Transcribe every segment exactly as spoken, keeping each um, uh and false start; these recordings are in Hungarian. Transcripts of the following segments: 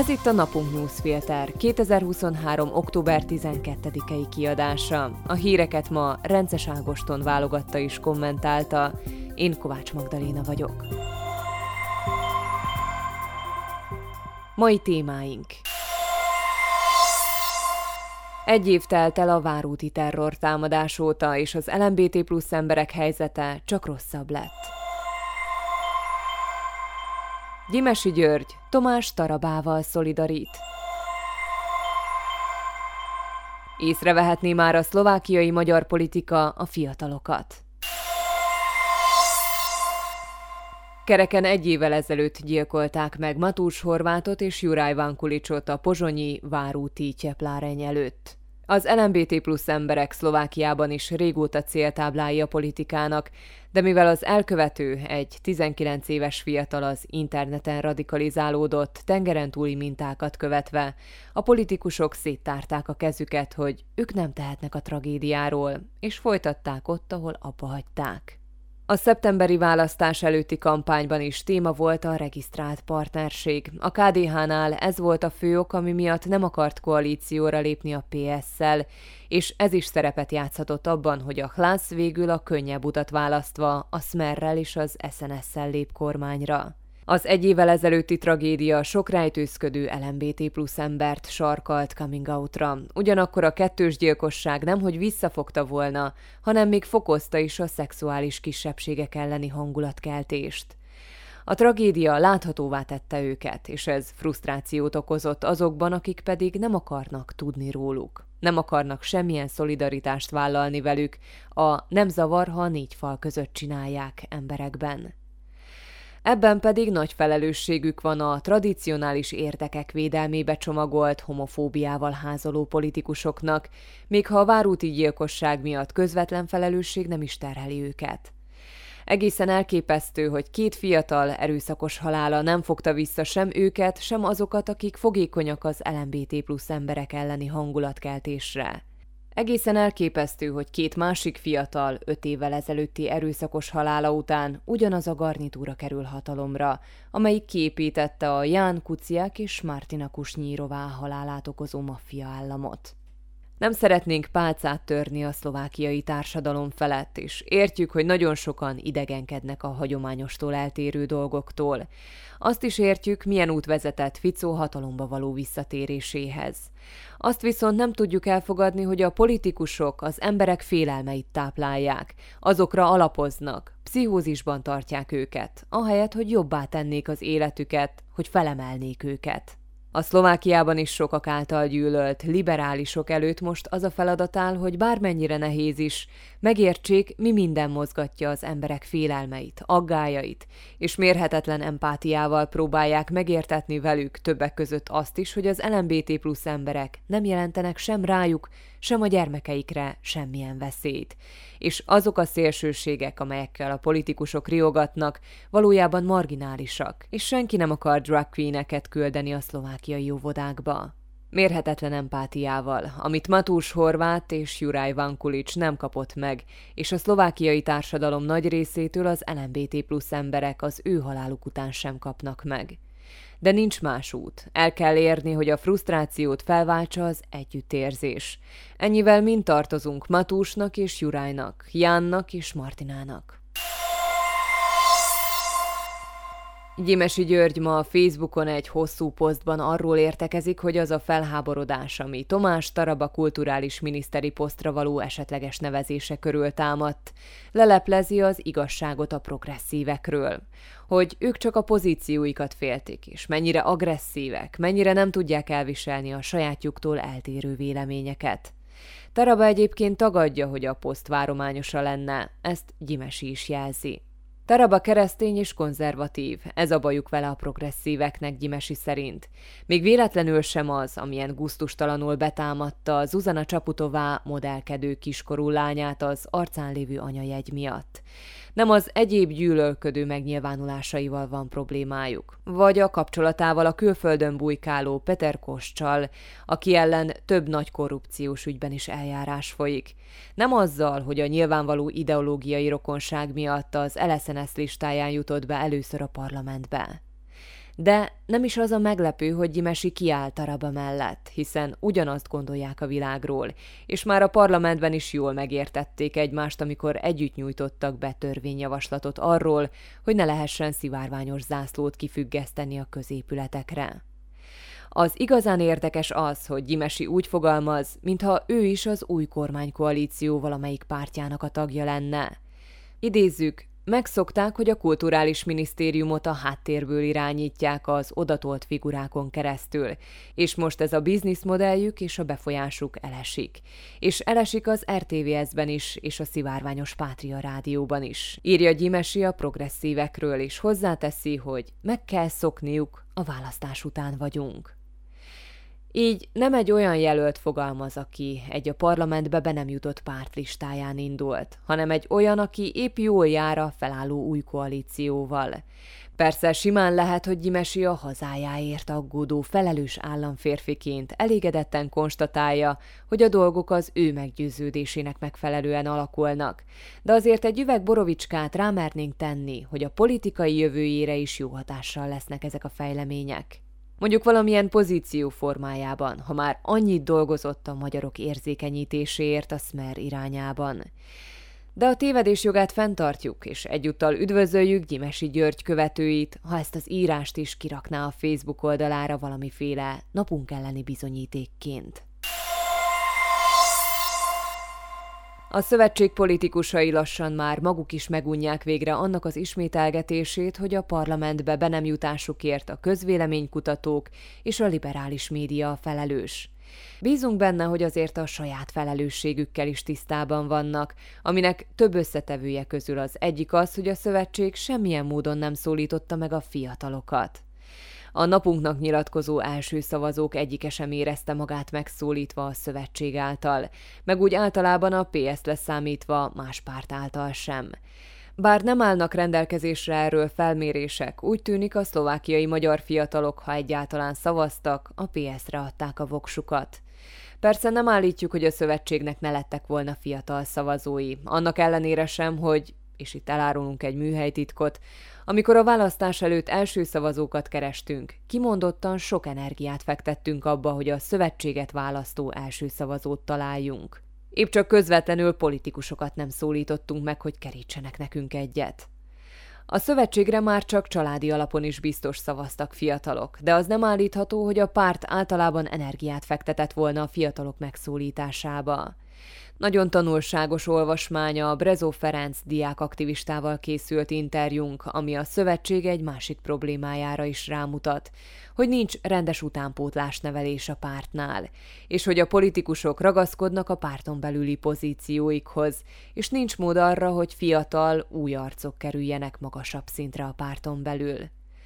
Ez itt a Napunk Newsfilter kétezer-huszonhárom. október tizenkettedikei kiadása. A híreket ma Rences Ágoston válogatta és kommentálta. Én Kovács Magdaléna vagyok. Mai témáink. Egy év telt el a várúti terrortámadás óta, és az el em bé té plusz emberek helyzete csak rosszabb lett. Gyimesi György Tomás Tarabával szolidarít. Észrevehetné már a szlovákiai magyar politika a fiatalokat. Kereken egy évvel ezelőtt gyilkolták meg Matús Horvátot és Juraj Vankulicsot a pozsonyi várúti Tyepláreň előtt. Az el em bé té plusz emberek Szlovákiában is régóta céltáblái a politikának, de mivel az elkövető egy tizenkilenc éves fiatal az interneten radikalizálódott, tengeren túli mintákat követve, a politikusok széttárták a kezüket, hogy ők nem tehetnek a tragédiáról, és folytatták ott, ahol abba hagyták. A szeptemberi választás előtti kampányban is téma volt a regisztrált partnerség. A ká dé há-nál ez volt a fő ok, ami miatt nem akart koalícióra lépni a pé es-szel, és ez is szerepet játszhatott abban, hogy a Hlas végül a könnyebb utat választva a Smerrel és az es en es-szel lép kormányra. Az egy évvel ezelőtti tragédia sok rejtőzködő el em bé té plusz embert sarkalt coming outra, ugyanakkor a kettős gyilkosság nemhogy visszafogta volna, hanem még fokozta is a szexuális kisebbségek elleni hangulatkeltést. A tragédia láthatóvá tette őket, és ez frusztrációt okozott azokban, akik pedig nem akarnak tudni róluk. Nem akarnak semmilyen szolidaritást vállalni velük, a nem zavar, ha négy fal között csinálják emberekben. Ebben pedig nagy felelősségük van a tradicionális érdekek védelmébe csomagolt homofóbiával házaló politikusoknak, még ha a várúti gyilkosság miatt közvetlen felelősség nem is terheli őket. Egészen elképesztő, hogy két fiatal erőszakos halála nem fogta vissza sem őket, sem azokat, akik fogékonyak az el em bé té plusz emberek elleni hangulatkeltésre. Egészen elképesztő, hogy két másik fiatal öt évvel ezelőtti erőszakos halála után ugyanaz a garnitúra kerül hatalomra, amelyik kiépítette a Ján Kuciak és Martina Kusnyírová halálát okozó maffia államot. Nem szeretnénk pálcát törni a szlovákiai társadalom felett, és értjük, hogy nagyon sokan idegenkednek a hagyományostól eltérő dolgoktól. Azt is értjük, milyen út vezetett Fico hatalomba való visszatéréséhez. Azt viszont nem tudjuk elfogadni, hogy a politikusok az emberek félelmeit táplálják, azokra alapoznak, pszichózisban tartják őket, ahelyett, hogy jobbá tennék az életüket, hogy felemelnék őket. A Szlovákiában is sokak által gyűlölt liberálisok előtt most az a feladat áll, hogy bármennyire nehéz is, megértsék, mi minden mozgatja az emberek félelmeit, aggályait, és mérhetetlen empátiával próbálják megértetni velük többek között azt is, hogy az el em bé té plusz emberek nem jelentenek sem rájuk, sem a gyermekeikre semmilyen veszélyt. És azok a szélsőségek, amelyekkel a politikusok riogatnak, valójában marginálisak, és senki nem akar drag queeneket küldeni a szlovákiai óvodákba. Mérhetetlen empátiával, amit Matús Horvát és Juraj Vankulics nem kapott meg, és a szlovákiai társadalom nagy részétől az el em bé té plusz emberek az ő haláluk után sem kapnak meg. De nincs más út. El kell érni, hogy a frusztrációt felváltsa az együttérzés. Ennyivel mind tartozunk Matúsnak és Jurajnak, Jánnak és Martinának. Gyimesi György ma a Facebookon egy hosszú posztban arról értekezik, hogy az a felháborodás, ami Tomás Taraba kulturális miniszteri posztra való esetleges nevezése körül támadt, leleplezi az igazságot a progresszívekről. Hogy ők csak a pozícióikat féltik, és mennyire agresszívek, mennyire nem tudják elviselni a sajátjuktól eltérő véleményeket. Taraba egyébként tagadja, hogy a poszt várományosa lenne, ezt Gyimesi is jelzi. Taraba keresztény és konzervatív, ez a bajuk vele a progresszíveknek Gyimesi szerint. Még véletlenül sem az, amilyen gusztustalanul betámadta Zuzana Csaputová modellkedő kiskorú lányát az arcán lévő anyajegy miatt. Nem az egyéb gyűlölködő megnyilvánulásaival van problémájuk, vagy a kapcsolatával a külföldön bujkáló Peter Koschal, aki ellen több nagy korrupciós ügyben is eljárás folyik. Nem azzal, hogy a nyilvánvaló ideológiai rokonság miatt az el es en es listáján jutott be először a parlamentbe. De nem is az a meglepő, hogy Gyimesi kiáll Taraba mellett, hiszen ugyanazt gondolják a világról, és már a parlamentben is jól megértették egymást, amikor együtt nyújtottak be törvényjavaslatot arról, hogy ne lehessen szivárványos zászlót kifüggeszteni a középületekre. Az igazán érdekes az, hogy Gyimesi úgy fogalmaz, mintha ő is az új kormánykoalíció valamelyik pártjának a tagja lenne. Idézzük, megszokták, hogy a kulturális minisztériumot a háttérből irányítják az odatolt figurákon keresztül, és most ez a bizniszmodelljük és a befolyásuk elesik. És elesik az er té vé es-ben is, és a szivárványos Pátria rádióban is. Írja Gyimesi a progresszívekről, és hozzáteszi, hogy meg kell szokniuk, a választás után vagyunk. Így nem egy olyan jelölt fogalmaz, aki egy a parlamentbe be nem jutott párt listáján indult, hanem egy olyan, aki épp jól jár a felálló új koalícióval. Persze simán lehet, hogy Gyimesi a hazájáért aggódó felelős államférfiként elégedetten konstatálja, hogy a dolgok az ő meggyőződésének megfelelően alakulnak, de azért egy üveg borovicskát rámernénk tenni, hogy a politikai jövőjére is jó hatással lesznek ezek a fejlemények. Mondjuk valamilyen pozíció formájában, ha már annyit dolgozott a magyarok érzékenyítéséért a Smer irányában. De a tévedés jogát fenntartjuk, és egyúttal üdvözöljük Gyimesi György követőit, ha ezt az írást is kirakná a Facebook oldalára valamiféle napunk elleni bizonyítékként. A szövetség politikusai lassan már maguk is megunják végre annak az ismételgetését, hogy a parlamentbe be nem jutásukért a közvéleménykutatók és a liberális média a felelős. Bízunk benne, hogy azért a saját felelősségükkel is tisztában vannak, aminek több összetevője közül az egyik az, hogy a szövetség semmilyen módon nem szólította meg a fiatalokat. A napunknak nyilatkozó első szavazók egyike sem érezte magát megszólítva a szövetség által, meg úgy általában a pé es-t leszámítva más párt által sem. Bár nem állnak rendelkezésre erről felmérések, úgy tűnik a szlovákiai magyar fiatalok, ha egyáltalán szavaztak, a pé es-re adták a voksukat. Persze nem állítjuk, hogy a szövetségnek ne lettek volna fiatal szavazói, annak ellenére sem, hogy, és itt elárulunk egy műhelytitkot, amikor a választás előtt első szavazókat kerestünk, kimondottan sok energiát fektettünk abba, hogy a szövetséget választó első szavazót találjunk. Épp csak közvetlenül politikusokat nem szólítottunk meg, hogy kerítsenek nekünk egyet. A szövetségre már csak családi alapon is biztos szavaztak fiatalok, de az nem állítható, hogy a párt általában energiát fektetett volna a fiatalok megszólításába. Nagyon tanulságos olvasmánya a Brezó Ferenc diákaktivistával készült interjúnk, ami a szövetség egy másik problémájára is rámutat, hogy nincs rendes utánpótlásnevelés a pártnál, és hogy a politikusok ragaszkodnak a párton belüli pozícióikhoz, és nincs mód arra, hogy fiatal, új arcok kerüljenek magasabb szintre a párton belül.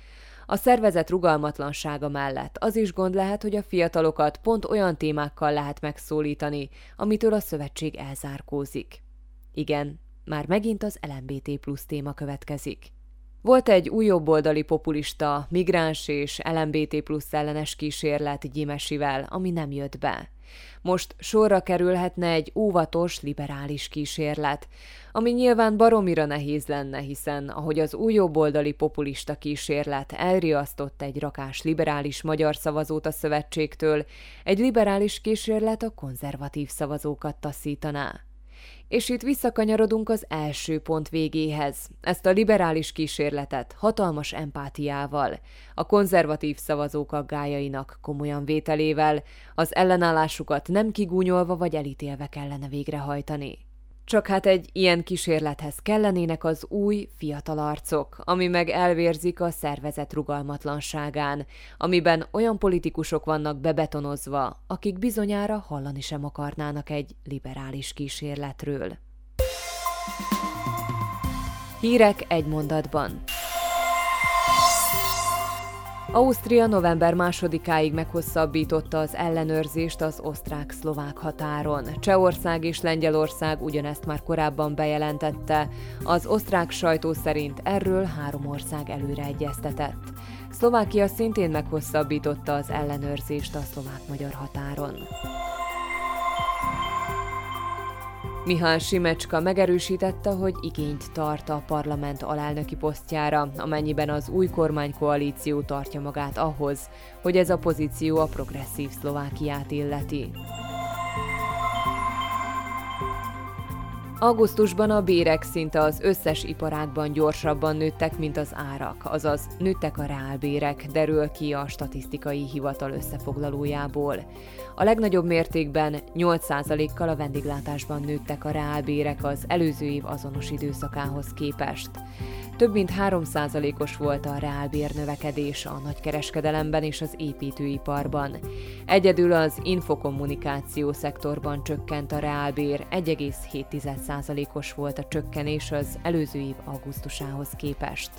A szervezet rugalmatlansága mellett az is gond lehet, hogy a fiatalokat pont olyan témákkal lehet megszólítani, amitől a szövetség elzárkózik. Igen, már megint az el em bé té plusz téma következik. Volt egy új jobboldali populista, migráns és el em bé té plusz ellenes kísérlet Gyimesivel, ami nem jött be. Most sorra kerülhetne egy óvatos, liberális kísérlet, ami nyilván baromira nehéz lenne, hiszen ahogy az új jobboldali populista kísérlet elriasztott egy rakás liberális magyar szavazót a szövetségtől, egy liberális kísérlet a konzervatív szavazókat taszítaná. És itt visszakanyarodunk az első pont végéhez. Ezt a liberális kísérletet hatalmas empátiával, a konzervatív szavazók aggályainak komolyan vételével, az ellenállásukat nem kigúnyolva vagy elítélve kellene végrehajtani. Csak hát egy ilyen kísérlethez kellenének az új, fiatal arcok, ami meg elvérzik a szervezet rugalmatlanságán, amiben olyan politikusok vannak bebetonozva, akik bizonyára hallani sem akarnának egy liberális kísérletről. Hírek egy mondatban. Ausztria november másodikáig meghosszabbította az ellenőrzést az osztrák-szlovák határon. Csehország és Lengyelország ugyanezt már korábban bejelentette, az osztrák sajtó szerint erről három ország előre egyeztetett. Szlovákia szintén meghosszabbította az ellenőrzést a szlovák-magyar határon. Mihály Simecska megerősítette, hogy igényt tart a parlament alelnöki posztjára, amennyiben az új kormánykoalíció tartja magát ahhoz, hogy ez a pozíció a progresszív Szlovákiát illeti. Augusztusban a bérek szinte az összes iparágban gyorsabban nőttek, mint az árak, azaz nőttek a reálbérek, derül ki a statisztikai hivatal összefoglalójából. A legnagyobb mértékben nyolc százalékkal a vendéglátásban nőttek a reálbérek az előző év azonos időszakához képest. Több mint három százalékos volt a reálbér növekedés a nagykereskedelemben és az építőiparban. Egyedül az infokommunikáció szektorban csökkent a reálbér, egy egész hét százalékos volt a csökkenés az előző év augusztusához képest.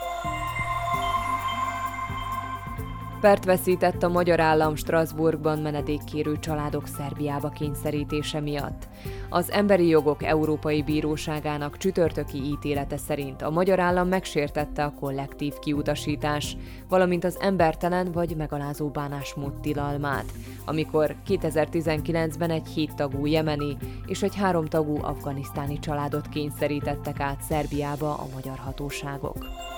Pert veszített a magyar állam Strasbourgban menedékkérő családok Szerbiába kényszerítése miatt. Az Emberi Jogok Európai Bíróságának csütörtöki ítélete szerint a magyar állam megsértette a kollektív kiutasítás, valamint az embertelen vagy megalázó bánásmód tilalmát, amikor kétezer-tizenkilencben egy hét tagú jemeni és egy három tagú afganisztáni családot kényszerítettek át Szerbiába a magyar hatóságok.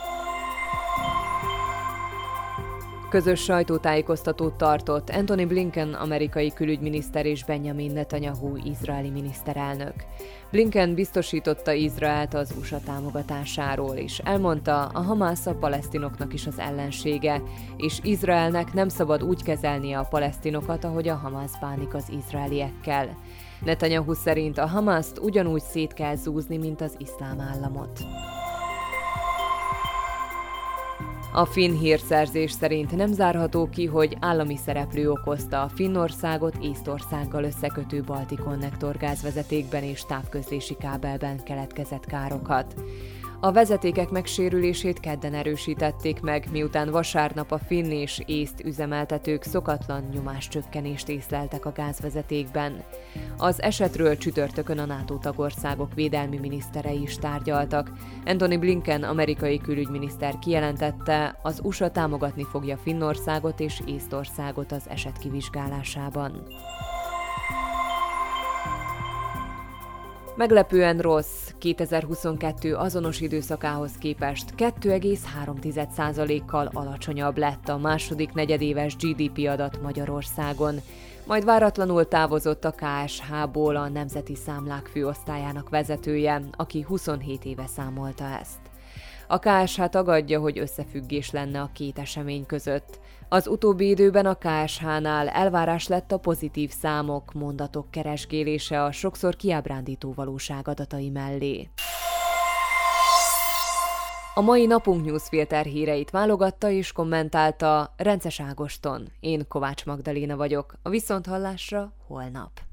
Közös sajtótájékoztatót tartott Antony Blinken amerikai külügyminiszter és Benjamin Netanyahu izraeli miniszterelnök. Blinken biztosította Izraelt az u es á támogatásáról, és elmondta, a Hamász a palesztinoknak is az ellensége, és Izraelnek nem szabad úgy kezelnie a palesztinokat, ahogy a Hamász bánik az izraeliekkel. Netanyahu szerint a Hamászt ugyanúgy szét kell zúzni, mint az iszlám államot. A finn hírszerzés szerint nem zárható ki, hogy állami szereplő okozta a Finnországot Észtországgal összekötő balti konnektor gázvezetékben és távközlési kábelben keletkezett károkat. A vezetékek megsérülését kedden erősítették meg, miután vasárnap a finn és észt üzemeltetők szokatlan nyomáscsökkenést észleltek a gázvezetékben. Az esetről csütörtökön a NATO tagországok védelmi miniszterei is tárgyaltak. Antony Blinken amerikai külügyminiszter kijelentette, az u es á támogatni fogja Finnországot és Észtországot az eset kivizsgálásában. Meglepően rossz, kétezer-huszonkettő azonos időszakához képest két egész három százalékkal alacsonyabb lett a második negyedéves gé dé pé adat Magyarországon, majd váratlanul távozott a ká es há-ból a Nemzeti Számlák Főosztályának vezetője, aki huszonhét éve számolta ezt. A ká es há tagadja, hogy összefüggés lenne a két esemény között. Az utóbbi időben a ká es há-nál elvárás lett a pozitív számok, mondatok keresgélése a sokszor kiábrándító valóság adatai mellé. A mai Napunk Newsfilter híreit válogatta és kommentálta Rences Ágoston. Én Kovács Magdaléna vagyok. A viszonthallásra holnap.